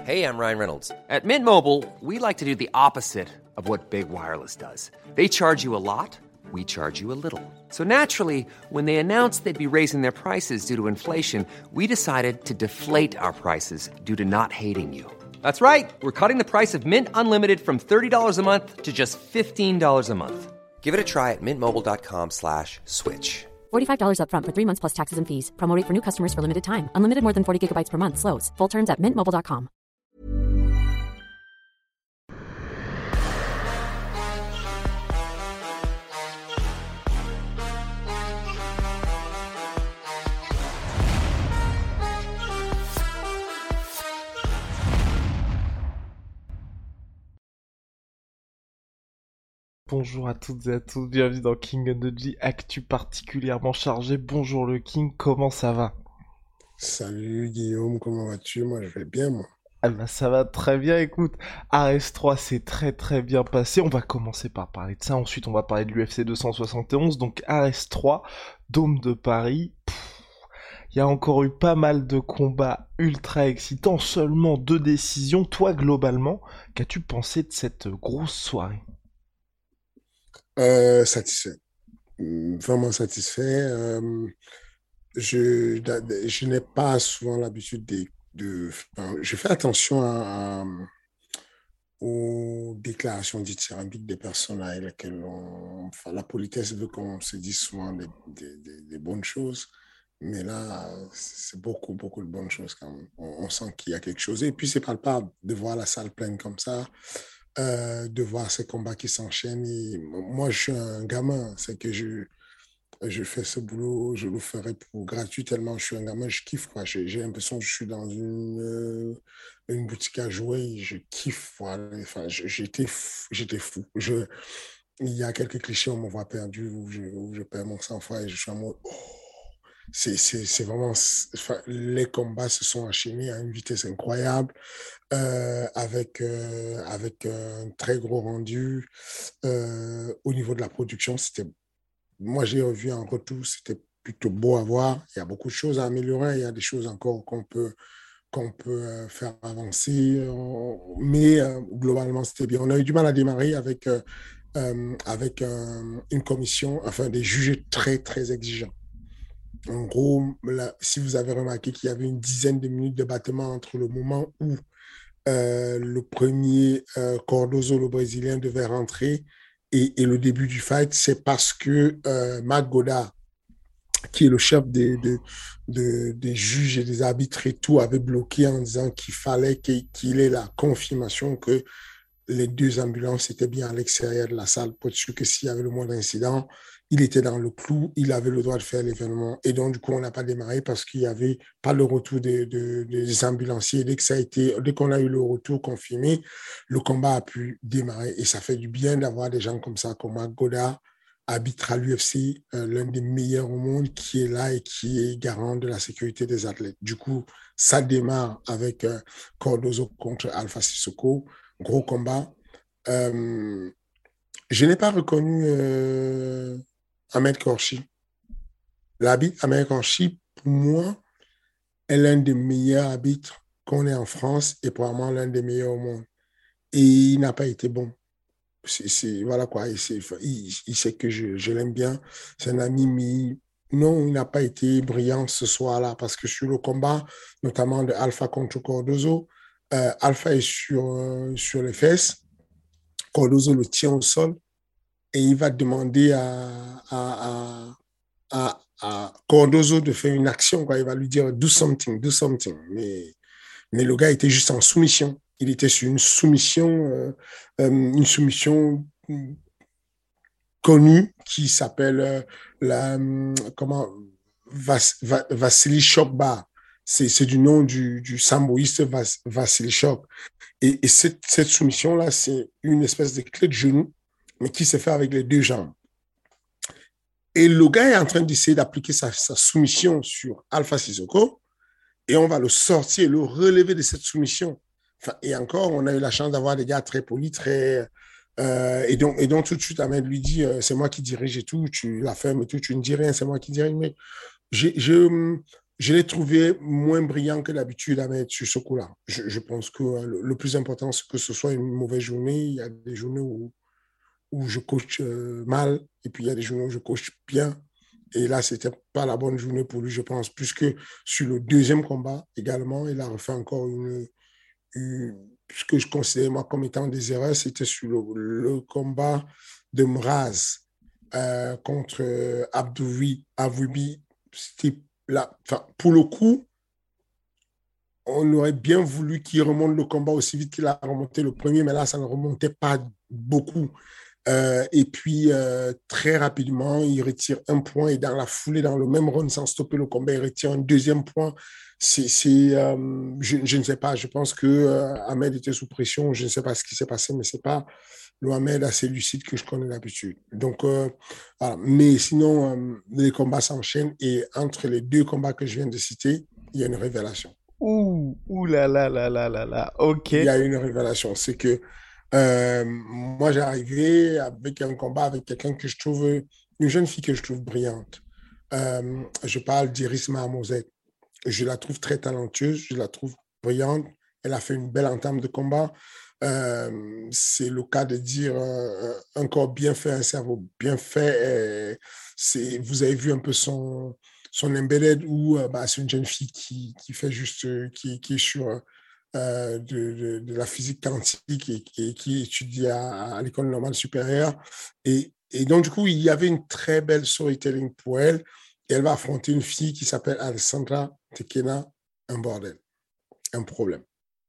Hey, I'm Ryan Reynolds. At Mint Mobile, we like to do the opposite of what Big Wireless does. They charge you a lot, we charge you a little. So naturally, when they announced they'd be raising their prices due to inflation, we decided to deflate our prices due to not hating you. That's right. We're cutting the price of Mint Unlimited from $30 a month to just $15 a month. Give it a try at mintmobile.com/switch. $45 up front for 3 months plus taxes and fees. Promo rate for new customers for limited time. Unlimited more than 40 gigabytes per month. Slows full terms at mintmobile.com. Bonjour à toutes et à tous, bienvenue dans King Energy, actu particulièrement chargé. Bonjour le King, comment ça va? Salut Guillaume, comment vas-tu? Moi je vais bien moi. Ah bah ça va très bien, écoute, RS3 c'est très bien passé, on va commencer par parler de ça, ensuite on va parler de l'UFC 271, donc RS3, Dôme de Paris, il y a encore eu pas mal de combats ultra excitants, seulement 2 décisions. Toi globalement, qu'as-tu pensé de cette grosse soirée? Satisfait, vraiment satisfait. Je n'ai pas souvent l'habitude enfin, je fais attention aux déclarations dithyrambiques des personnes avec lesquelles enfin, la politesse veut qu'on se dise souvent des bonnes choses, mais là, c'est beaucoup de bonnes choses quand même. On sent qu'il y a quelque chose. Et puis, c'est palpable de voir la salle pleine comme ça. De voir ces combats qui s'enchaînent. Et moi, je suis un gamin, c'est que je fais ce boulot, je le ferai pour gratuit tellement je suis un gamin, je kiffe, quoi. J'ai l'impression que je suis dans une boutique à jouer, je kiffe, voilà. Enfin, j'étais fou. Il y a quelques clichés, on me voit perdu, où je perds mon sang-froid et je suis en mode, oh, c'est vraiment, enfin, les combats se sont enchaînés à une vitesse incroyable, avec un très gros rendu. Au niveau de la production, moi j'ai revu en retour, c'était plutôt beau à voir. Il y a beaucoup de choses à améliorer, il y a des choses encore qu'on peut faire avancer, mais globalement c'était bien. On a eu du mal à démarrer avec une commission, enfin des juges très exigeants. En gros, là, si vous avez remarqué qu'il y avait une dizaine de minutes de battement entre le moment où le premier Cardozo, le Brésilien, devait rentrer et le début du fight, c'est parce que Matt Godard, qui est le chef des juges et des arbitres et tout, avait bloqué en disant qu'il fallait qu'il ait la confirmation que les 2 ambulances étaient bien à l'extérieur de la salle pour être sûr que s'il y avait le moindre incident, il était dans le clou, il avait le droit de faire l'événement. Et donc, du coup, on n'a pas démarré parce qu'il n'y avait pas le retour des ambulanciers. Dès qu'on a eu le retour confirmé, le combat a pu démarrer. Et ça fait du bien d'avoir des gens comme ça, comme Marc Godard, arbitre à l'UFC, l'un des meilleurs au monde, qui est là et qui est garant de la sécurité des athlètes. Du coup, ça démarre avec Cardozo contre Alpha Sissoko. Gros combat. Je n'ai pas reconnu Ahmed Korchi. L'arbitre Ahmed Korchi, pour moi, est l'un des meilleurs arbitres qu'on ait en France et probablement l'un des meilleurs au monde. Et il n'a pas été bon. Voilà quoi. Il sait que je l'aime bien. C'est un ami, mais non, il n'a pas été brillant ce soir-là parce que sur le combat, notamment de Alpha contre Cardozo, Alpha est sur les fesses. Cardozo le tient au sol et il va demander à Cardozo de faire une action, quoi. Il va lui dire do something, do something. Mais le gars était juste en soumission. Il était sur une soumission connue qui s'appelle Vassili Shokbar. C'est du nom du samboïste Vassili Shok. Et cette soumission-là, c'est une espèce de clé de genou, mais qui se fait avec les 2 jambes. Et le gars est en train d'essayer d'appliquer sa soumission sur Alpha Sissoko, et on va le sortir, le relever de cette soumission. Enfin, et encore, on a eu la chance d'avoir des gars très polis, et donc tout de suite, Ahmed lui dit, c'est moi qui dirige et tout, tu la fermes et tout, tu ne dis rien, c'est moi qui dirige. Mais je l'ai trouvé moins brillant que d'habitude Ahmed sur ce coup-là. Je pense que le plus important, c'est que ce soit une mauvaise journée. Il y a des journées où je coach mal, et puis il y a des journées où je coach bien. Et là, c'était pas la bonne journée pour lui, je pense, puisque sur le deuxième combat également, il a refait encore ce que je considère moi comme étant des erreurs. C'était sur le combat de Mraz contre Avoubi. C'était là, pour le coup, on aurait bien voulu qu'il remonte le combat aussi vite qu'il a remonté le premier, mais là, ça ne remontait pas beaucoup. Et puis, très rapidement, il retire un point et dans la foulée, dans le même round, sans stopper le combat, il retire un deuxième point. Je ne sais pas, je pense que Ahmed était sous pression, je ne sais pas ce qui s'est passé, mais ce n'est pas le Ahmed assez lucide que je connais d'habitude. Donc, voilà. Mais sinon, les combats s'enchaînent et entre les deux combats que je viens de citer, il y a une révélation. Ouh là là là là là là, ok. Il y a une révélation, c'est que moi, j'ai arrivé avec un combat avec quelqu'un que je trouve, une jeune fille que je trouve brillante. Je parle d'Iris Mahamozet. Je la trouve très talentueuse, je la trouve brillante. Elle a fait une belle entame de combat. C'est le cas de dire un corps bien fait, un cerveau bien fait. Vous avez vu un peu son embedded où c'est une jeune fille qui fait juste, qui est sur de la physique quantique et qui étudie à l'école normale supérieure. Et donc, du coup, il y avait une très belle storytelling pour elle. Et elle va affronter une fille qui s'appelle Alessandra Tekena, un bordel, un problème.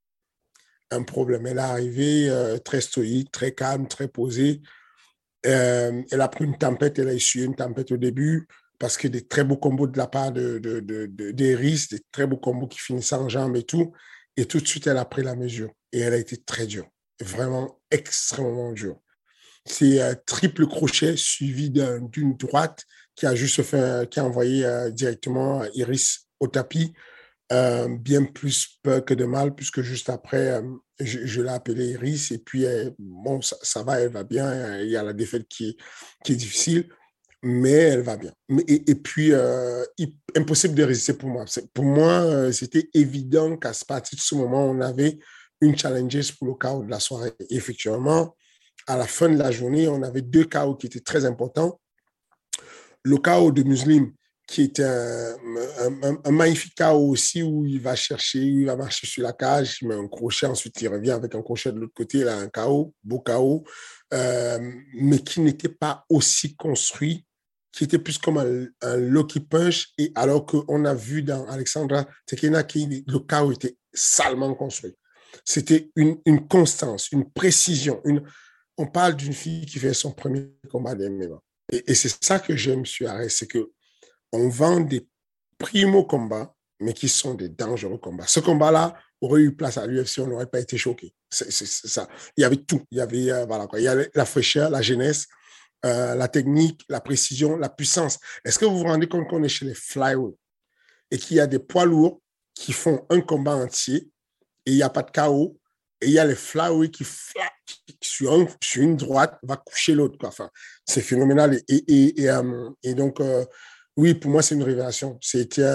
Un problème. Elle est arrivée très stoïque, très calme, très posée. Elle a pris une tempête, elle a essuyé une tempête au début parce que des très beaux combos de la part d'Eris, des très beaux combos qui finissaient en jambes et tout. Et tout de suite, elle a pris la mesure. Et elle a été très dure. Vraiment extrêmement dure. C'est un triple crochet suivi d'une droite qui a juste fait, qui a envoyé directement Iris au tapis. Bien plus peur que de mal, puisque juste après, je l'ai appelée Iris. Et puis, bon, ça va, elle va bien. Il y a la défaite qui est difficile, mais elle va bien. Et puis, impossible de résister pour moi. Pour moi, c'était évident qu'à partir de ce moment, on avait une challengeuse pour le KO de la soirée. Et effectivement, à la fin de la journée, on avait deux KO qui étaient très importants. Le KO de Muslim, qui est un magnifique KO aussi, où il va marcher sur la cage, il met un crochet, ensuite il revient avec un crochet de l'autre côté, il a un KO, beau KO, mais qui n'était pas aussi construit, qui était plus comme un lucky punch, et alors qu'on a vu dans Alexandra Tekena que le KO était salement construit. C'était une constance, une précision. On parle d'une fille qui fait son premier combat d'MMA. Et c'est ça que j'aime sur Arès, c'est qu'on vend des primo-combats, mais qui sont des dangereux combats. Ce combat-là aurait eu place à l'UFC, on n'aurait pas été choqué. C'est ça. Il y avait tout. Il y avait voilà, quoi. Il y avait la fraîcheur, la jeunesse, la technique, la précision, la puissance. Est-ce que vous vous rendez compte qu'on est chez les flyweight et qu'il y a des poids lourds qui font un combat entier et il n'y a pas de KO, et il y a les flyweight qui sur une droite va coucher l'autre. Enfin, c'est phénoménal. Et donc, oui, pour moi, c'est une révélation. C'était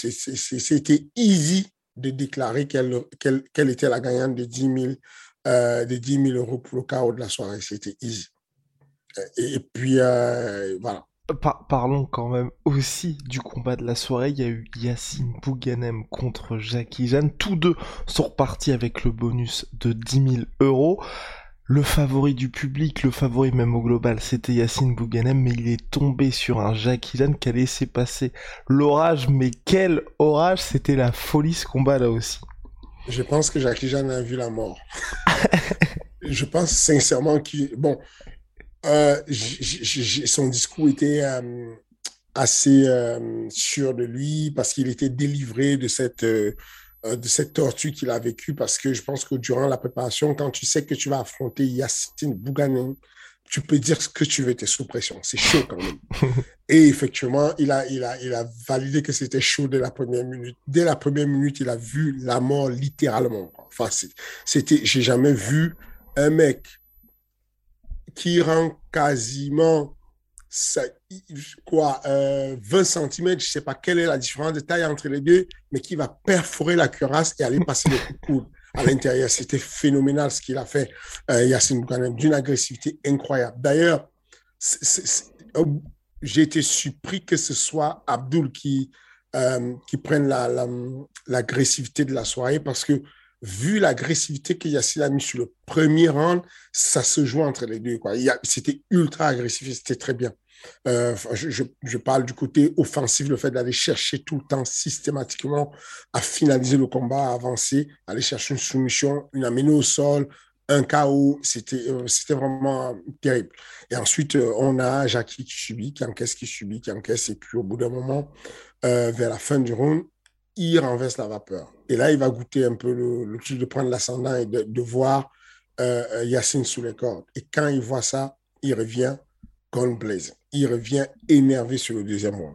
easy de déclarer qu'elle était la gagnante de 10 000 euros pour le KO de la soirée. C'était easy. Et puis, voilà. Parlons quand même aussi du combat de la soirée. Il y a eu Yacine Bouganem contre Jackie Jeanne. Tous deux sont repartis avec le bonus de 10 000 euros. Le favori du public, le favori même au global, c'était Yacine Bouganem, mais il est tombé sur un Jackie Jeanne qui a laissé passer l'orage. Mais quel orage! C'était la folie ce combat là aussi. Je pense que Jackie Jeanne a vu la mort. Je pense sincèrement qu'il... Bon... son discours était assez sûr de lui parce qu'il était délivré de cette torture qu'il a vécue, parce que je pense que durant la préparation, quand tu sais que tu vas affronter Yacine Bouganem, tu peux dire ce que tu veux, t'es sous pression. C'est chaud quand même. Et effectivement, il a validé que c'était chaud dès la première minute. Dès la première minute, il a vu la mort littéralement. Enfin, j'ai jamais vu un mec qui rend quasiment ça, quoi, 20 centimètres, je ne sais pas quelle est la différence de taille entre les deux, mais qui va perforer la cuirasse et aller passer le coup de coude à l'intérieur. C'était phénoménal ce qu'il a fait, Yacine Bouganem, d'une agressivité incroyable. D'ailleurs, j'ai été surpris que ce soit Abdul qui prenne l'agressivité de la soirée parce que vu l'agressivité que Yacine a mis sur le premier round, ça se joue entre les deux. C'était ultra agressif et c'était très bien. Je parle du côté offensif, le fait d'aller chercher tout le temps systématiquement à finaliser le combat, à avancer, aller chercher une soumission, une amenée au sol, un KO, c'était vraiment terrible. Et ensuite, on a Jackie qui subit, qui encaisse, et puis au bout d'un moment, vers la fin du round, il renverse la vapeur. Et là, il va goûter un peu le truc de prendre l'ascendant et de voir Yacine sous les cordes. Et quand il voit ça, il revient gun blaze. Il revient énervé sur le deuxième round.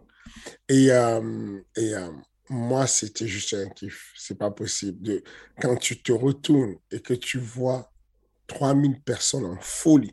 Et moi, c'était juste un kiff. C'est pas possible. Quand tu te retournes et que tu vois 3000 personnes en folie,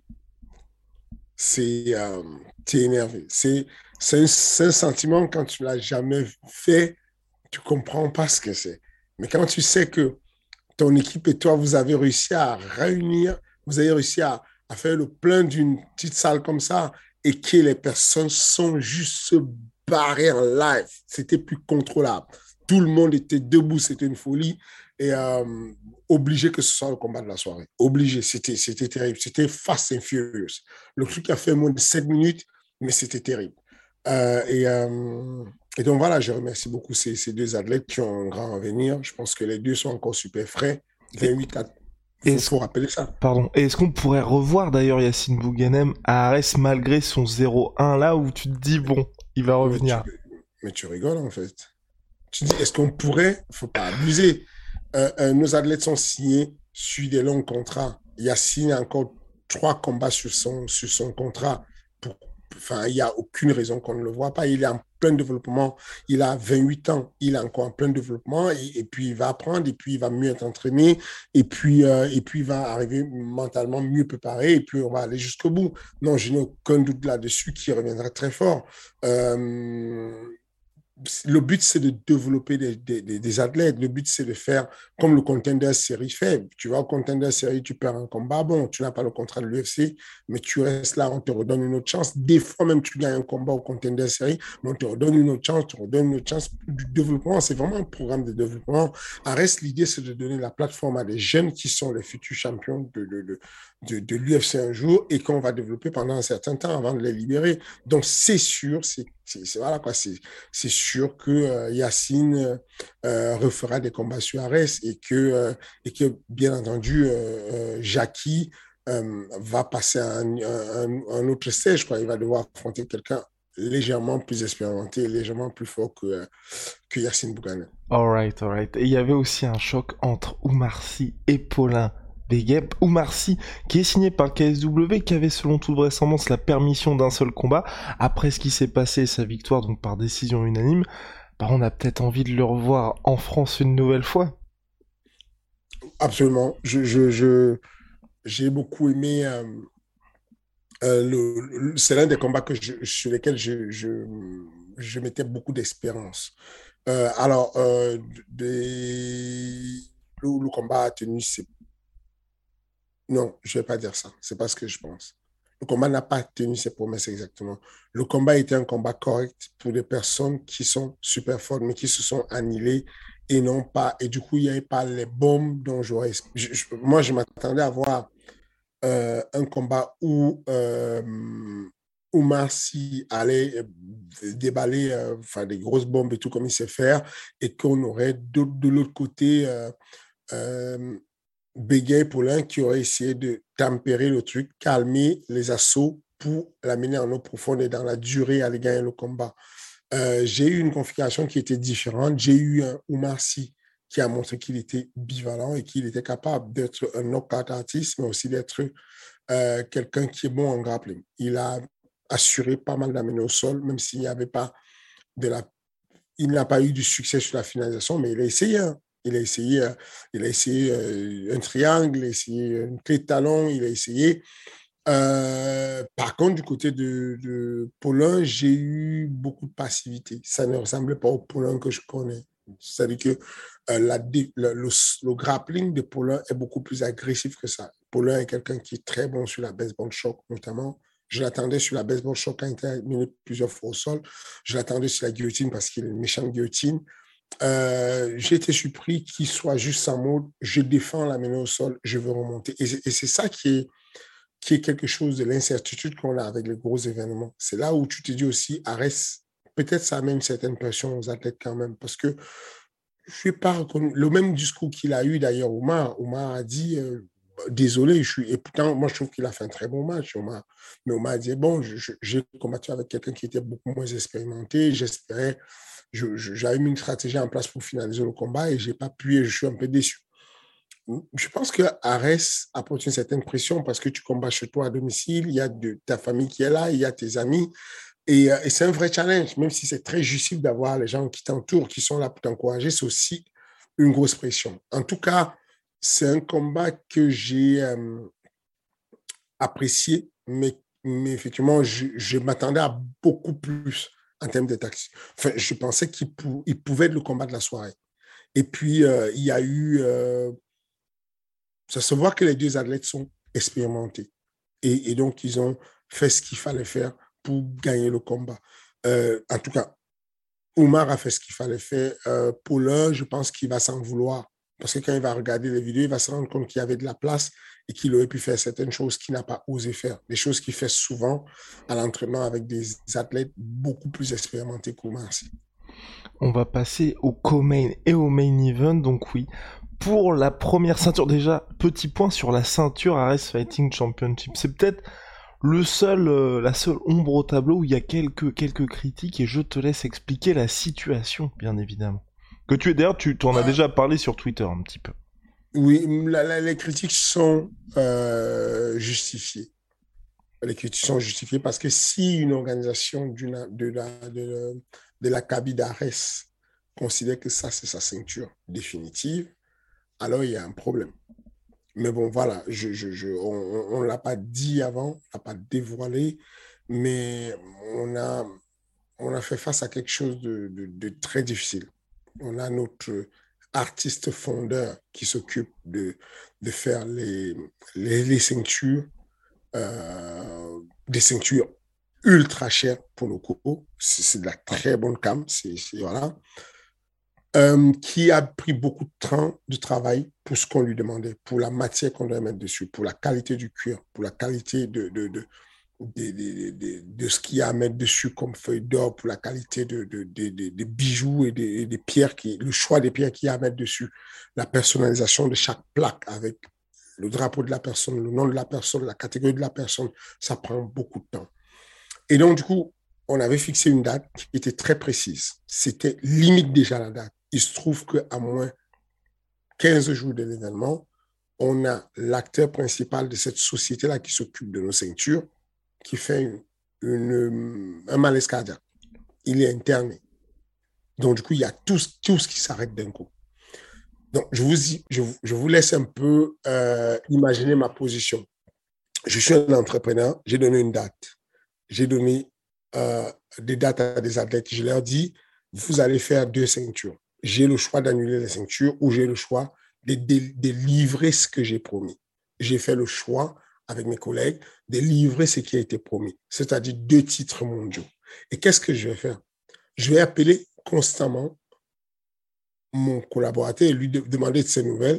t'es énervé. C'est un sentiment quand tu l'as jamais fait, tu comprends pas ce que c'est. Mais quand tu sais que ton équipe et toi, vous avez réussi à réunir, vous avez réussi à faire le plein d'une petite salle comme ça et que les personnes sont juste barrées en live. C'était plus contrôlable. Tout le monde était debout, c'était une folie. Et obligé que ce soit le combat de la soirée. Obligé, c'était terrible. C'était Fast and Furious. Le truc a fait moins de 7 minutes, mais c'était terrible. Euh, et, euh, et donc voilà, je remercie beaucoup ces deux athlètes qui ont un grand avenir. Je pense que les deux sont encore super frais. 28 à... faut rappeler ça. Pardon. Et est-ce qu'on pourrait revoir d'ailleurs Yacine Bouganem à Arès malgré son 0-1 là où tu te dis bon, il va revenir. Mais tu rigoles en fait. Tu dis, est-ce qu'on pourrait? Faut pas abuser. Nos athlètes sont signés sur des longs contrats. Yacine a encore 3 combats sur son contrat. Enfin, il n'y a aucune raison qu'on ne le voit pas. Il est en plein développement. Il a 28 ans. Il est encore en plein développement. Et puis, il va apprendre. Et puis, il va mieux être entraîné. Et puis, il va arriver mentalement mieux préparé. Et puis, on va aller jusqu'au bout. Non, je n'ai aucun doute là-dessus qu'il reviendra très fort. Le but, c'est de développer des athlètes. Le but, c'est de faire comme le Contender Series fait. Tu vas au Contender Series, tu perds un combat. Bon, tu n'as pas le contrat de l'UFC, mais tu restes là, on te redonne une autre chance. Des fois, même, tu gagnes un combat au Contender Series, mais on te redonne une autre chance, tu redonnes une autre chance. Du développement, c'est vraiment un programme de développement. En reste, l'idée, c'est de donner la plateforme à des jeunes qui sont les futurs champions de l'UFC un jour et qu'on va développer pendant un certain temps avant de les libérer. Donc, c'est sûr, voilà quoi, c'est sûr que Yacine refera des combats sur Arès et que bien entendu, Jackie va passer à un autre stage. Quoi. Il va devoir affronter quelqu'un légèrement plus expérimenté, légèrement plus fort que Yacine Bouganem. Alright. Et il y avait aussi un choc entre Oumar Sy et Paulin Béguet. Oumar Sy, qui est signé par le KSW, qui avait selon toute vraisemblance la permission d'un seul combat. Après ce qui s'est passé, sa victoire donc par décision unanime, on a peut-être envie de le revoir en France une nouvelle fois. Absolument. J'ai beaucoup aimé... c'est l'un des combats sur lesquels je mettais beaucoup d'espérance. Le combat a tenu, non, je ne vais pas dire ça. C'est pas ce que je pense. Le combat n'a pas tenu ses promesses exactement. Le combat était un combat correct pour des personnes qui sont super fortes, mais qui se sont annihilées et non pas. Et du coup, il n'y avait pas les bombes dont j'aurais. Moi, je m'attendais à voir un combat où Oumar Sy allait déballer des grosses bombes et tout comme il sait faire, et qu'on aurait de l'autre côté Béguet Paulin qui aurait essayé de tempérer le truc, calmer les assauts pour l'amener en eau profonde et dans la durée aller gagner le combat. J'ai eu une configuration qui était différente. J'ai eu un Oumar Sy qui a montré qu'il était bivalent et qu'il était capable d'être un knockout artiste, mais aussi d'être quelqu'un qui est bon en grappling. Il a assuré pas mal d'amener au sol, même s'il n'y avait pas il n'a pas eu du succès sur la finalisation, mais il a essayé. Hein. Il a essayé un triangle, il a essayé une clé de talon, il a essayé. Par contre, du côté de Paulin, j'ai eu beaucoup de passivité. Ça ne ressemblait pas au Paulin que je connais. C'est-à-dire que le grappling de Paulin est beaucoup plus agressif que ça. Paulin est quelqu'un qui est très bon sur la baseball shock, notamment. Je l'attendais sur la baseball shock quand il était amené plusieurs fois au sol. Je l'attendais sur la guillotine parce qu'il est une méchante guillotine. J'ai été surpris qu'il soit juste en mode je défends la mêlée au sol, je veux remonter. Et c'est ça qui est quelque chose de l'incertitude qu'on a avec les gros événements. C'est là où tu te dis aussi, Arès, peut-être ça amène une certaine pression aux athlètes quand même, parce que je n'ai pas reconnu le même discours qu'il a eu d'ailleurs, Omar. Omar a dit, désolé, et pourtant, moi je trouve qu'il a fait un très bon match, Omar. Mais Omar a dit, bon, j'ai combattu avec quelqu'un qui était beaucoup moins expérimenté, j'espérais, j'avais mis une stratégie en place pour finaliser le combat et je n'ai pas pu et je suis un peu déçu. Je pense que Arès apporte une certaine pression parce que tu combats chez toi à domicile, il y a ta famille qui est là, il y a tes amis. Et c'est un vrai challenge, même si c'est très difficile d'avoir les gens qui t'entourent, qui sont là pour t'encourager, c'est aussi une grosse pression. En tout cas, c'est un combat que j'ai apprécié, mais effectivement, je m'attendais à beaucoup plus en termes de tactique. Enfin, je pensais qu'il pouvait être le combat de la soirée. Et puis, il y a eu... ça se voit que les deux athlètes sont expérimentés. Et donc, ils ont fait ce qu'il fallait faire pour gagner le combat. En tout cas, Omar a fait ce qu'il fallait faire. Paulin, je pense qu'il va s'en vouloir. Parce que quand il va regarder les vidéos, il va se rendre compte qu'il y avait de la place et qu'il aurait pu faire certaines choses qu'il n'a pas osé faire. Des choses qu'il fait souvent à l'entraînement avec des athlètes beaucoup plus expérimentés qu'Omar. On va passer au co-main et au main event, donc oui. Pour la première ceinture, déjà, petit point sur la ceinture Arès Fighting Championship. C'est peut-être la seule ombre au tableau où il y a quelques critiques et je te laisse expliquer la situation, bien évidemment. D'ailleurs, tu en as déjà parlé sur Twitter un petit peu. Oui, les critiques sont justifiées. Les critiques sont justifiées parce que si une organisation de la CABI d'Arès considère que ça, c'est sa ceinture définitive, alors il y a un problème. Mais bon, voilà, on ne l'a pas dit avant, on ne l'a pas dévoilé, mais on a fait face à quelque chose de très difficile. On a notre artiste fondeur qui s'occupe de faire les ceintures, des ceintures ultra chères pour le coup. C'est de la très bonne cam, voilà. Qui a pris beaucoup de temps de travail pour ce qu'on lui demandait, pour la matière qu'on doit mettre dessus, pour la qualité du cuir, pour la qualité de ce qu'il y a à mettre dessus comme feuille d'or, pour la qualité des bijoux et des pierres, le choix des pierres qu'il y a à mettre dessus, la personnalisation de chaque plaque avec le drapeau de la personne, le nom de la personne, la catégorie de la personne, ça prend beaucoup de temps. Et donc, du coup, on avait fixé une date qui était très précise. C'était limite déjà la date. Il se trouve qu'à moins 15 jours de l'événement, on a l'acteur principal de cette société-là qui s'occupe de nos ceintures, qui fait un malaise cardiaque. Il est interné. Donc, du coup, il y a tout ce qui s'arrête d'un coup. Donc, je vous laisse un peu imaginer ma position. Je suis un entrepreneur, j'ai donné une date. J'ai donné des dates à des athlètes. Je leur dis, vous allez faire 2 ceintures. J'ai le choix d'annuler les ceintures ou j'ai le choix de livrer ce que j'ai promis. J'ai fait le choix avec mes collègues de livrer ce qui a été promis, c'est-à-dire 2 titres mondiaux. Et qu'est-ce que je vais faire? Je vais appeler constamment mon collaborateur et lui demander de ses nouvelles.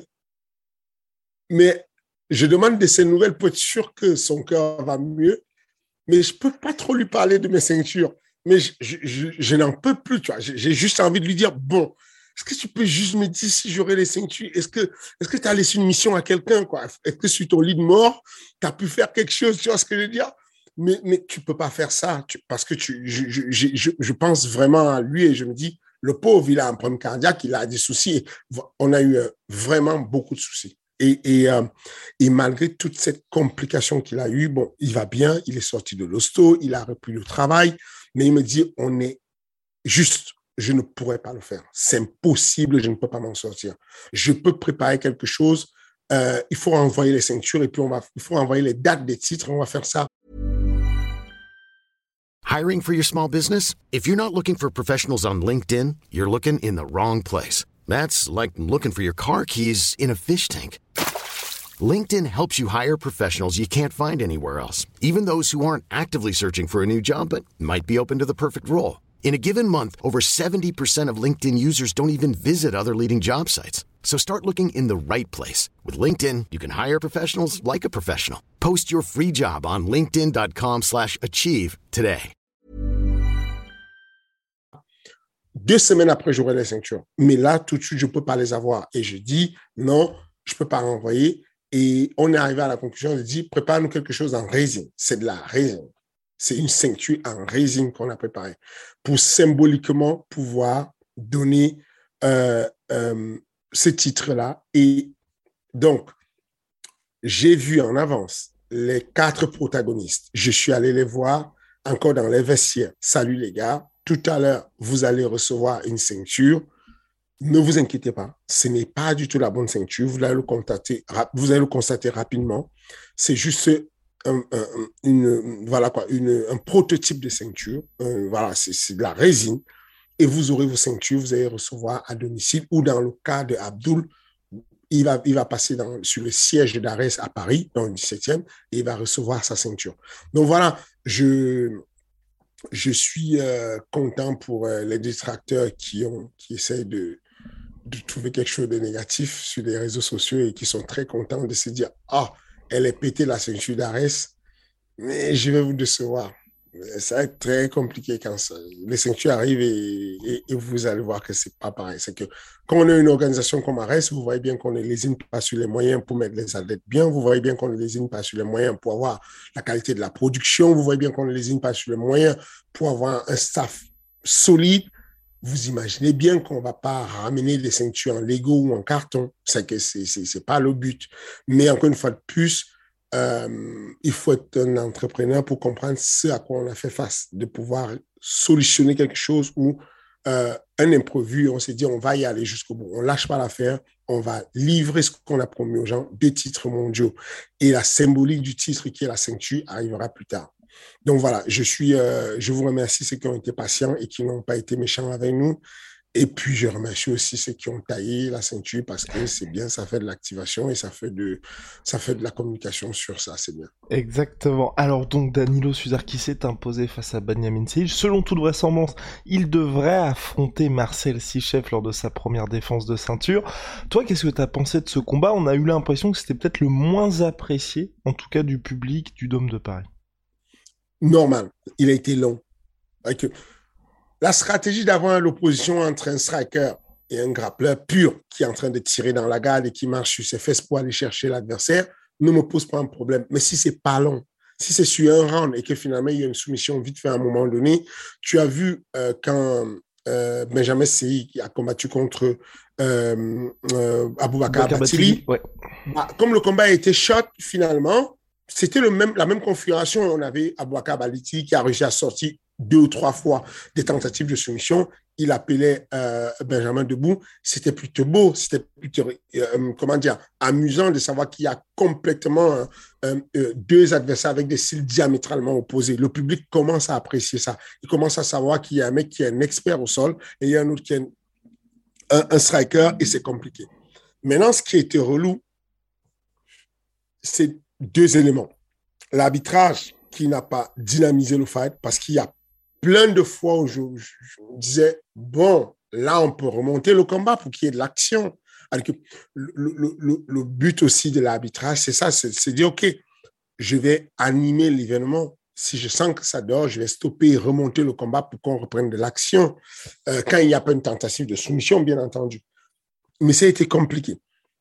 Mais je demande de ses nouvelles pour être sûr que son cœur va mieux. Mais je ne peux pas trop lui parler de mes ceintures. Mais je n'en peux plus, tu vois. J'ai juste envie de lui dire, bon, est-ce que tu peux juste me dire si j'aurai les ceintures? Est-ce que tu as laissé une mission à quelqu'un, quoi? Est-ce que sur ton lit de mort, tu as pu faire quelque chose, tu vois ce que je veux dire? Mais tu ne peux pas faire ça, parce que je pense vraiment à lui et je me dis, le pauvre, il a un problème cardiaque, il a des soucis. On a eu vraiment beaucoup de soucis. Et malgré toute cette complication qu'il a eue, bon, il va bien, il est sorti de l'hosto, il a repris le travail, mais il me dit, on est juste, je ne pourrais pas le faire. C'est impossible, je ne peux pas m'en sortir. Je peux préparer quelque chose Il faut envoyer les ceintures et puis il faut envoyer les dates des titres. On va faire ça. Hiring for your small business? If you're not looking for professionals on LinkedIn, you're looking in the wrong place. That's like looking for your car keys in a fish tank. LinkedIn helps you hire professionals you can't find anywhere else, even those who aren't actively searching for a new job but might be open to the perfect role. In a given month, over 70% of LinkedIn users don't even visit other leading job sites. So start looking in the right place. With LinkedIn, you can hire professionals like a professional. Post your free job on linkedin.com/achieve today. 2 semaines après, j'aurai les ceintures. Mais là, tout de suite, je ne peux pas les avoir. Et je dis, non, je ne peux pas renvoyer. Et on est arrivé à la conclusion de dire, prépare-nous quelque chose en résine. C'est de la résine. C'est une ceinture en résine qu'on a préparée pour symboliquement pouvoir donner ce titre-là. Et donc, j'ai vu en avance les 4 protagonistes. Je suis allé les voir encore dans les vestiaires. Salut les gars, tout à l'heure, vous allez recevoir une ceinture. Ne vous inquiétez pas, ce n'est pas du tout la bonne ceinture. Vous allez le constater rapidement. C'est juste un prototype de ceinture. C'est de la résine. Et vous aurez vos ceintures, vous allez recevoir à domicile ou dans le cas de Abdul, il va passer sur le siège d'Ares à Paris, dans le 17e, et il va recevoir sa ceinture. Donc voilà, je suis content pour les détracteurs qui essayent de trouver quelque chose de négatif sur les réseaux sociaux et qui sont très contents de se dire « Ah, elle est pétée la ceinture d'Ares, mais je vais vous décevoir. » Ça va être très compliqué quand les ceintures arrivent et vous allez voir que c'est pas pareil. C'est que quand on a une organisation comme Ares, vous voyez bien qu'on ne lésine pas sur les moyens pour mettre les athlètes bien. Vous voyez bien qu'on ne lésine pas sur les moyens pour avoir la qualité de la production. Vous voyez bien qu'on ne lésine pas sur les moyens pour avoir un staff solide. Vous imaginez bien qu'on ne va pas ramener des ceintures en Lego ou en carton. C'est que c'est pas le but. Mais encore une fois de plus, il faut être un entrepreneur pour comprendre ce à quoi on a fait face, de pouvoir solutionner quelque chose ou un imprévu. On s'est dit, on va y aller jusqu'au bout. On ne lâche pas l'affaire. On va livrer ce qu'on a promis aux gens, 2 titres mondiaux. Et la symbolique du titre qui est la ceinture arrivera plus tard. Donc voilà, je vous remercie ceux qui ont été patients et qui n'ont pas été méchants avec nous. Et puis, je remercie aussi ceux qui ont taillé la ceinture parce que c'est bien, ça fait de l'activation et ça fait de la communication sur ça, c'est bien. Exactement. Alors donc, Danilo Suzar qui s'est imposé face à Banyamin Seyj. Selon toute vraisemblance, il devrait affronter Marcel Sichef lors de sa première défense de ceinture. Toi, qu'est-ce que tu as pensé de ce combat ? On a eu l'impression que c'était peut-être le moins apprécié, en tout cas du public du Dôme de Paris. Normal. Il a été long. Avec la stratégie d'avoir l'opposition entre un striker et un grappleur pur qui est en train de tirer dans la garde et qui marche sur ses fesses pour aller chercher l'adversaire ne me pose pas un problème. Mais si c'est pas long, si c'est sur un round et que finalement il y a une soumission vite fait à un moment donné, tu as vu quand Benjamin Sey a combattu contre Aboubakar Bathily, ouais. Comme le combat a été short finalement, c'était la même configuration. On avait Aboubakar Bathily qui a réussi à sortir 2 ou 3 fois des tentatives de soumission. Il appelait Benjamin debout. C'était plutôt beau, c'était plutôt, amusant de savoir qu'il y a complètement 2 adversaires avec des styles diamétralement opposés. Le public commence à apprécier ça. Il commence à savoir qu'il y a un mec qui est un expert au sol et il y a un autre qui est un striker et c'est compliqué. Maintenant, ce qui était relou, c'est 2 éléments. L'arbitrage qui n'a pas dynamisé le fight parce qu'il y a plein de fois où je me disais, bon, là, on peut remonter le combat pour qu'il y ait de l'action. Alors que le but aussi de l'arbitrage, c'est ça, c'est dire, OK, je vais animer l'événement. Si je sens que ça dort, je vais stopper et remonter le combat pour qu'on reprenne de l'action. Quand il n'y a pas une tentative de soumission, bien entendu. Mais ça a été compliqué.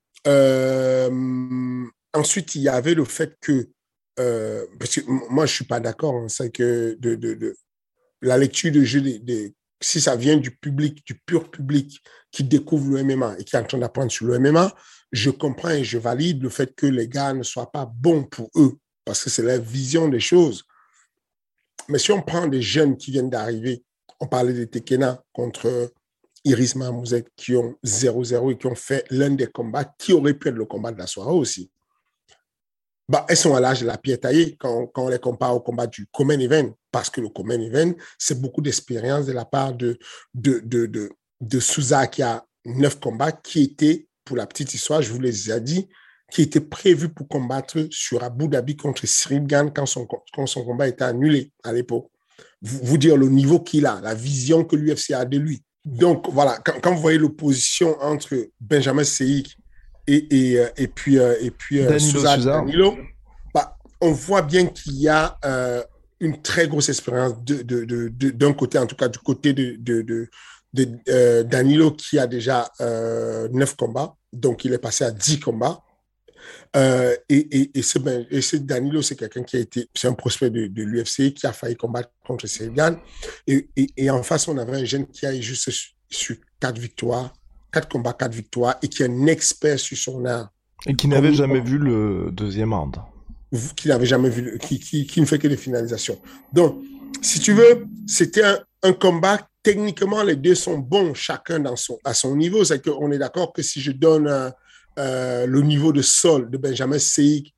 Ensuite, il y avait le fait que, parce que moi, je ne suis pas d'accord, hein, c'est que la lecture de jeu, si ça vient du public, du pur public qui découvre le MMA et qui est en train d'apprendre sur le MMA, je comprends et je valide le fait que les gars ne soient pas bons pour eux, parce que c'est la vision des choses. Mais si on prend des jeunes qui viennent d'arriver, on parlait de Tekena contre Iris Mahmouzet qui ont 0-0 et qui ont fait l'un des combats qui aurait pu être le combat de la soirée aussi. Bah, elles sont à l'âge de la pierre taillée quand on les compare au combat du Common Event, parce que le Common Event, c'est beaucoup d'expérience de la part de Souza qui a 9 combats qui étaient, pour la petite histoire, je vous les ai dit, qui étaient prévus pour combattre sur Abu Dhabi contre Cyril Gane quand son combat était annulé à l'époque. Vous dire le niveau qu'il a, la vision que l'UFC a de lui. Donc voilà, quand vous voyez l'opposition entre Benjamin Seyik et puis Danilo, bah, on voit bien qu'il y a une très grosse expérience d'un côté, en tout cas du côté de Danilo qui a déjà 9 combats, donc il est passé à 10 combats. Ce Danilo, c'est quelqu'un c'est un prospect de l'UFC qui a failli combattre contre Cyril Gane. Et en face, on avait un jeune qui a juste sur 4 combats, 4 victoires, et qui est un expert sur son art. Et qui n'avait jamais vu le deuxième round. Qui n'avait jamais vu, qui ne fait que des finalisations. Donc, si tu veux, c'était un combat. Techniquement, les deux sont bons, chacun à son niveau. C'est qu'on est d'accord que si je donne le niveau de sol de Benjamin Seyik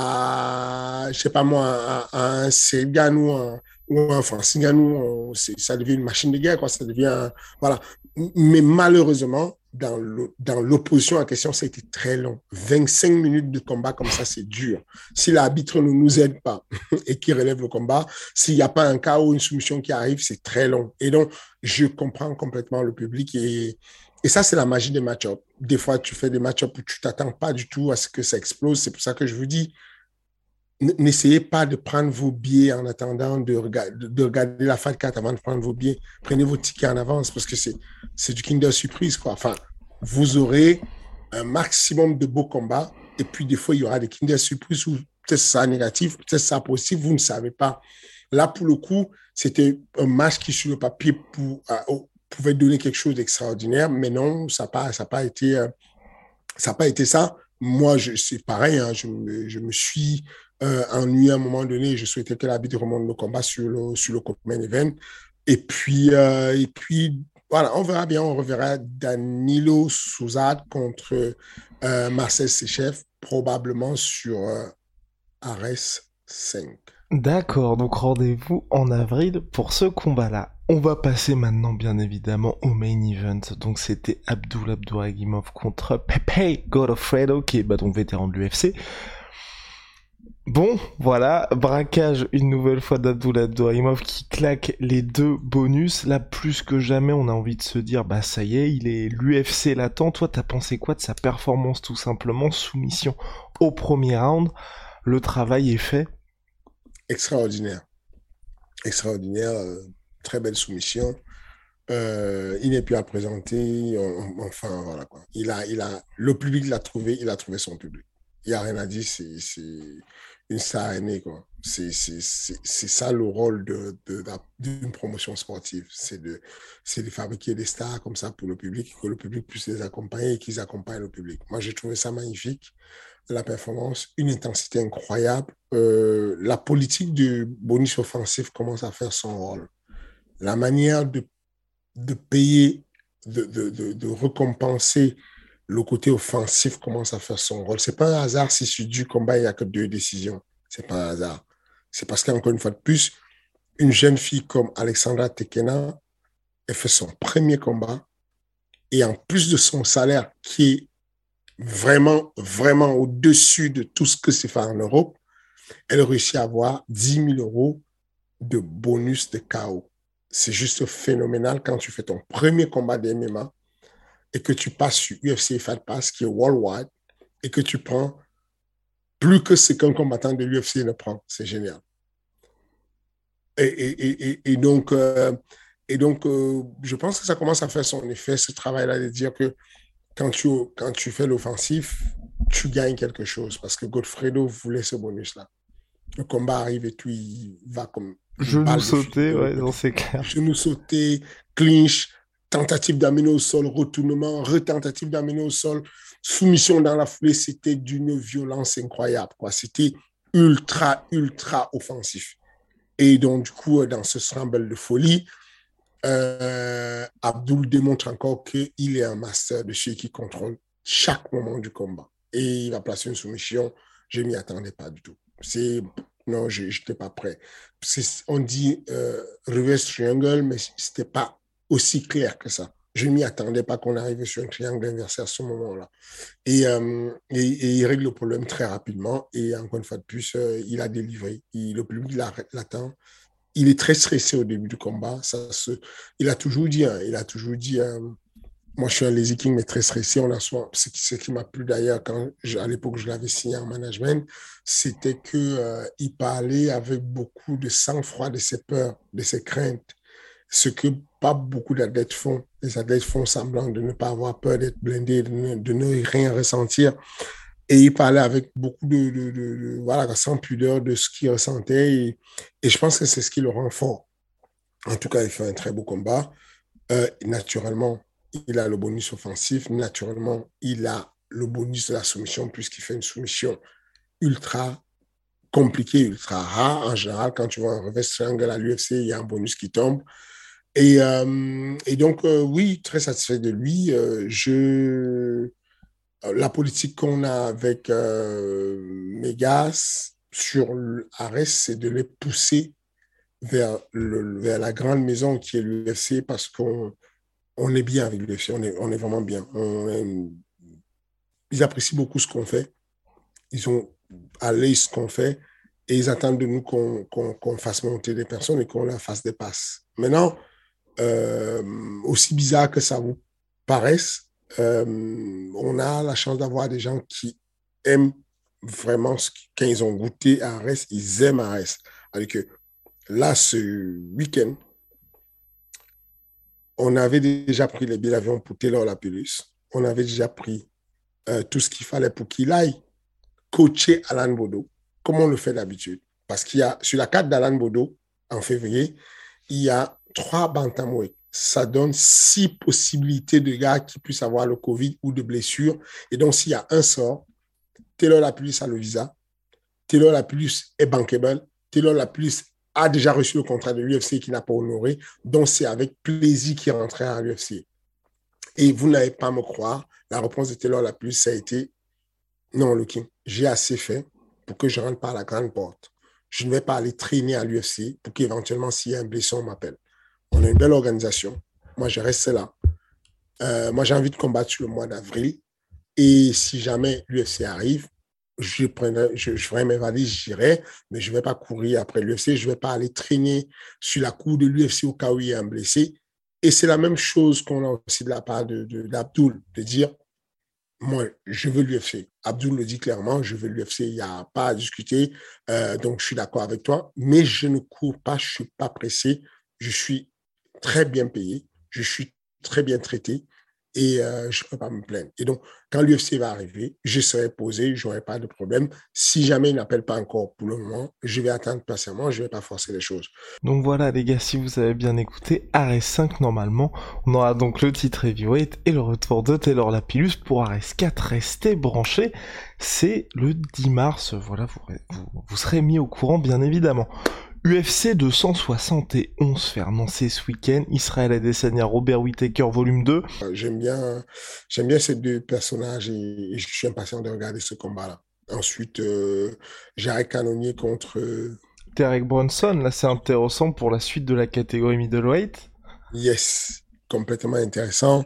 à, je sais pas moi, à un Segan ou un Francis Ngannou, ça devient une machine de guerre, quoi. Ça devient, voilà. Mais malheureusement, dans l'opposition en question, ça a été très long. 25 minutes de combat comme ça, c'est dur. Si l'arbitre ne nous aide pas et qu'il relève le combat, s'il n'y a pas un cas ou une soumission qui arrive, c'est très long. Et donc, je comprends complètement le public et ça, c'est la magie des match-ups. Des fois, tu fais des match-ups où tu ne t'attends pas du tout à ce que ça explose. C'est pour ça que je vous dis, n'essayez pas de prendre vos billets en attendant de regarder la Fight Card avant de prendre vos billets. Prenez vos tickets en avance parce que c'est du Kinder Surprise, quoi. Enfin, vous aurez un maximum de beaux combats et puis des fois, il y aura des Kinder Surprise où peut-être ça négatif, peut-être ça positif, vous ne savez pas. Là, pour le coup, c'était un match qui, sur le papier, pouvait donner quelque chose d'extraordinaire, mais non, ça n'a pas été ça. Moi, c'est pareil, hein, je me suis ennuyé à un moment donné. Je souhaitais que l'arbitre remonte le combat sur le Common Event. Et puis, voilà, on verra bien. On reverra Danilo Souza contre Marcel Sechev, probablement sur Ares 5. D'accord, donc rendez-vous en avril pour ce combat-là. On va passer maintenant bien évidemment au main event. Donc c'était Abduragimov contre Pepe Godofredo, qui est donc vétéran de l'UFC. Bon, voilà, braquage une nouvelle fois d'Abduragimov qui claque les 2 bonus. Là, plus que jamais, on a envie de se dire, bah ça y est, il est l'UFC l'attend. Toi, t'as pensé quoi de sa performance tout simplement? Soumission au premier round. Le travail est fait. Extraordinaire, très belle soumission. Il n'est plus à présenter. Enfin, voilà quoi. Le public l'a trouvé, il a trouvé son public. Il n'y a rien à dire, c'est une star aînée, quoi. C'est ça le rôle d'une promotion sportive. C'est de fabriquer des stars comme ça pour le public, que le public puisse les accompagner et qu'ils accompagnent le public. Moi, j'ai trouvé ça magnifique. La performance, une intensité incroyable. La politique du bonus offensif commence à faire son rôle. La manière de payer, de récompenser le côté offensif commence à faire son rôle. C'est pas un hasard si sur du combat, il n'y a que 2 décisions. C'est pas un hasard. C'est parce qu'encore une fois de plus, une jeune fille comme Alexandra Tekena, elle fait son premier combat et en plus de son salaire qui est vraiment, vraiment au-dessus de tout ce que c'est fait en Europe, elle réussit à avoir 10 000 € de bonus de KO. C'est juste phénoménal quand tu fais ton premier combat de MMA et que tu passes sur UFC Fight Pass, qui est worldwide, et que tu prends plus que ce qu'un combattant de l'UFC ne prend. C'est génial. Et donc, je pense que ça commence à faire son effet, ce travail-là, de dire que quand tu fais l'offensif, tu gagnes quelque chose. Parce que Godofredo voulait ce bonus-là. Le combat arrive et puis il va comme... Genou sauté, ouais, non, c'est clair. Genou sauté, clinch, tentative d'amener au sol, retournement, retentative d'amener au sol, soumission dans la foulée. C'était d'une violence incroyable, quoi. C'était ultra, ultra offensif. Et donc, du coup, dans ce scramble de folie, Abdul démontre encore qu'il est un master de celui qui contrôle chaque moment du combat. Et il va placer une soumission. Je ne m'y attendais pas du tout. Non, je n'étais pas prêt. On dit reverse triangle, mais ce n'était pas aussi clair que ça. Je ne m'y attendais pas qu'on arrive sur un triangle inversé à ce moment-là. Et il règle le problème très rapidement. Et encore une fois de plus, il a délivré. Le public l'attend. Il est très stressé au début du combat. Il a toujours dit, moi je suis un lazy king, mais très stressé. Ce qui m'a plu d'ailleurs, à l'époque je l'avais signé en management, c'était qu'il parlait avec beaucoup de sang-froid de ses peurs, de ses craintes. Ce que pas beaucoup d'athlètes font. Les athlètes font semblant de ne pas avoir peur d'être blindés, de ne rien ressentir. Et il parlait avec beaucoup voilà, sans pudeur de ce qu'il ressentait. Et je pense que c'est ce qui le rend fort. En tout cas, il fait un très beau combat. Naturellement, il a le bonus offensif. Naturellement, il a le bonus de la soumission puisqu'il fait une soumission ultra compliquée, ultra rare. En général, quand tu vois un reverse triangle à l'UFC, il y a un bonus qui tombe. Et donc, oui, très satisfait de lui. La politique qu'on a avec Megas sur Ares, c'est de les pousser vers la grande maison qui est l'UFC parce qu'on est bien avec l'UFC, on est vraiment bien. Ils apprécient beaucoup ce qu'on fait, ils ont à l'œil ce qu'on fait et ils attendent de nous qu'on fasse monter des personnes et qu'on leur fasse des passes. Maintenant, aussi bizarre que ça vous paraisse, on a la chance d'avoir des gens qui aiment vraiment quand ils ont goûté à Arès, ils aiment Arès. Alors que là, ce week-end, on avait déjà pris les billets d'avion pour Taylor Lapillus. On avait déjà pris tout ce qu'il fallait pour qu'il aille coacher Alan Bodo, comme on le fait d'habitude. Parce qu'il y a, sur la carte d'Alan Bodo, en février, il y a 3 bantamweight. Ça donne 6 possibilités de gars qui puissent avoir le Covid ou de blessures. Et donc, s'il y a un sort, Taylor Lapillus a le visa, Taylor Lapillus est bankable, Taylor Lapillus a déjà reçu le contrat de l'UFC qu'il n'a pas honoré, donc c'est avec plaisir qu'il rentrait à l'UFC. Et vous n'allez pas me croire, la réponse de Taylor Lapillus, ça a été « Non, Lucky, j'ai assez fait pour que je rentre par la grande porte. Je ne vais pas aller traîner à l'UFC pour qu'éventuellement, s'il y a un blessé, on m'appelle. On a une belle organisation. Moi, je reste là. Moi, j'ai envie de combattre sur le mois d'avril. Et si jamais l'UFC arrive, je ferai mes valises, j'irai, mais je ne vais pas courir après l'UFC. Je ne vais pas aller traîner sur la cour de l'UFC au cas où il y a un blessé. Et c'est la même chose qu'on a aussi de la part d'Abdul, de dire, moi, je veux l'UFC. Abdul le dit clairement, je veux l'UFC, il n'y a pas à discuter. Donc, je suis d'accord avec toi, mais je ne cours pas, je ne suis pas pressé. Je suis très bien payé, je suis très bien traité et je ne peux pas me plaindre. Et donc, quand l'UFC va arriver, je serai posé, je n'aurai pas de problème. Si jamais il n'appelle pas encore pour le moment, je vais attendre patiemment, je ne vais pas forcer les choses. Donc voilà les gars, si vous avez bien écouté, Ares 5 normalement, on aura donc le titre heavyweight et le retour de Taylor Lapillus pour Ares 4. Restez branchés, c'est le 10 mars, voilà, vous serez mis au courant bien évidemment. UFC 271 fait annoncer ce week-end, Israel Adesanya, Robert Whittaker volume 2. J'aime bien ces deux personnages et je suis impatient de regarder ce combat-là. Ensuite, Jared Cannonier contre... Derek Brunson, là c'est intéressant pour la suite de la catégorie middleweight. Yes, complètement intéressant.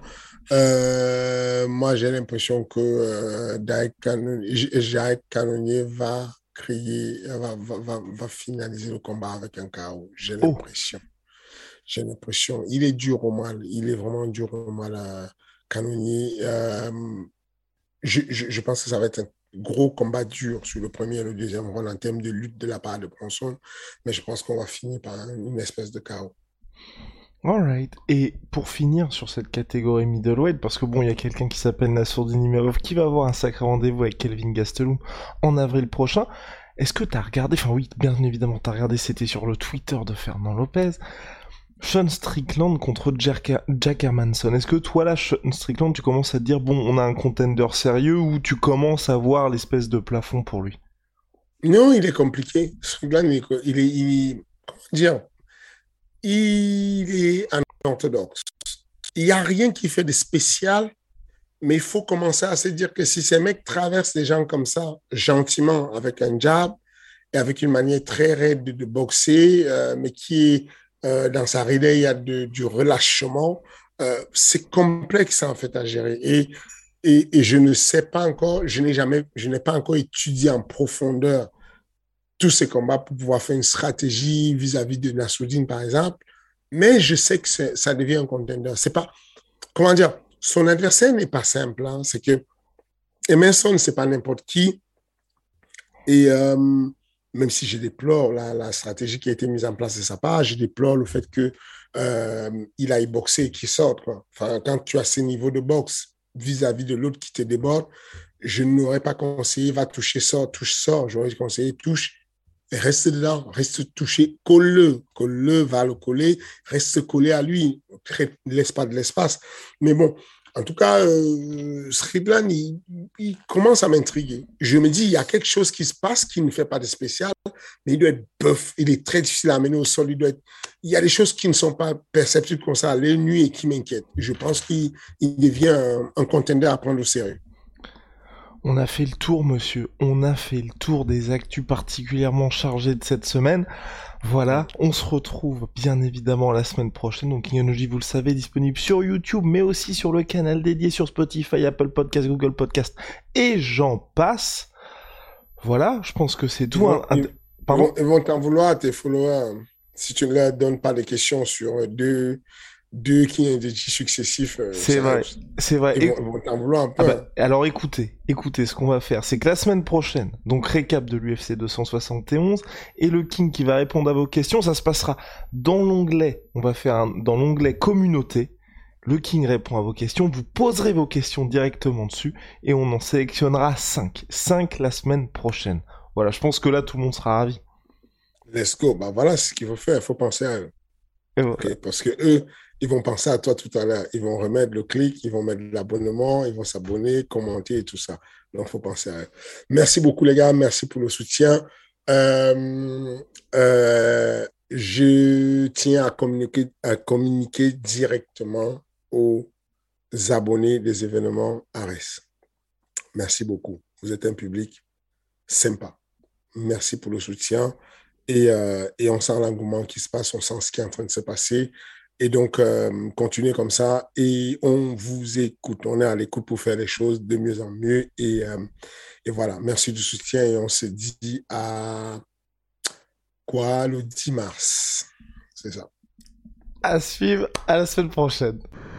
Moi j'ai l'impression que Jared Cannonier va finaliser le combat avec un KO. J'ai l'impression. Il est dur au mal. Il est vraiment dur au mal, Cannonier. Je pense que ça va être un gros combat dur sur le premier et le deuxième round en termes de lutte de la part de Bronson. Mais je pense qu'on va finir par une espèce de KO. Alright. Et pour finir sur cette catégorie middleweight, parce que bon, il y a quelqu'un qui s'appelle Nassourdine Nimerov qui va avoir un sacré rendez-vous avec Kelvin Gastelum en avril prochain. Est-ce que t'as regardé, enfin oui, bien évidemment, t'as regardé, c'était sur le Twitter de Fernand Lopez, Sean Strickland contre Jack Hermanson. Est-ce que toi là, Sean Strickland, tu commences à te dire, bon, on a un contender sérieux, ou tu commences à voir l'espèce de plafond pour lui? Non, il est compliqué. Strickland, il est comment dire, il est orthodoxe. Il n'y a rien qui fait de spécial, mais il faut commencer à se dire que si ces mecs traversent les gens comme ça, gentiment, avec un jab et avec une manière très raide de boxer, mais qui est dans sa raideur, il y a du relâchement, c'est complexe en fait à gérer. Et je ne sais pas encore, je n'ai pas encore étudié en profondeur tous ces combats pour pouvoir faire une stratégie vis-à-vis de Nassoudine, par exemple. Mais je sais que ça devient un contender. C'est pas, comment dire, son adversaire n'est pas simple. Hein. C'est que Emerson, c'est pas n'importe qui. Et même si je déplore la stratégie qui a été mise en place de sa part, je déplore le fait que il aille boxer et qu'il sorte. Quoi. Enfin, quand tu as ces niveaux de boxe vis-à-vis de l'autre qui te déborde, je n'aurais pas conseillé va toucher, sort, touche, sort. J'aurais conseillé touche, reste dedans, reste touché, colle-le, va le coller, reste collé à lui, laisse pas de l'espace. Mais bon, en tout cas, Sridlan, il commence à m'intriguer. Je me dis, il y a quelque chose qui se passe qui ne fait pas de spécial, mais il doit être buff, il est très difficile à amener au sol, il y a des choses qui ne sont pas perceptibles comme ça à l'œil nu et qui m'inquiètent. Je pense qu'il devient un contender à prendre au sérieux. On a fait le tour, monsieur. On a fait le tour des actus particulièrement chargées de cette semaine. Voilà, on se retrouve bien évidemment la semaine prochaine. Donc King, vous le savez, disponible sur YouTube, mais aussi sur le canal dédié sur Spotify, Apple Podcast, Google Podcast, et j'en passe. Voilà, je pense que c'est tout. Pardon ? Ils vont t'en vouloir à tes followers si tu ne leur donnes pas des questions sur deux King successifs. C'est vrai. Ils vont t'en vouloir un peu. Alors écoutez, ce qu'on va faire, c'est que la semaine prochaine, donc récap de l'UFC 271, et le King qui va répondre à vos questions, ça se passera dans l'onglet, dans l'onglet communauté. Le King répond à vos questions, vous poserez vos questions directement dessus, et on en sélectionnera 5. 5 la semaine prochaine. Voilà, je pense que là, tout le monde sera ravi. Let's go. Voilà ce qu'il faut faire, il faut penser à eux. Voilà. Okay, parce que eux, ils vont penser à toi tout à l'heure. Ils vont remettre le clic, ils vont mettre l'abonnement, ils vont s'abonner, commenter et tout ça. Donc, il faut penser à eux. Merci beaucoup, les gars. Merci pour le soutien. Je tiens à communiquer directement aux abonnés des événements Ares. Merci beaucoup. Vous êtes un public sympa. Merci pour le soutien. Et on sent l'engouement qui se passe, on sent ce qui est en train de se passer. Et donc, continuez comme ça et on vous écoute. On est à l'écoute pour faire les choses de mieux en mieux. Et voilà, merci du soutien et on se dit à le 10 mars. C'est ça. À suivre, à la semaine prochaine.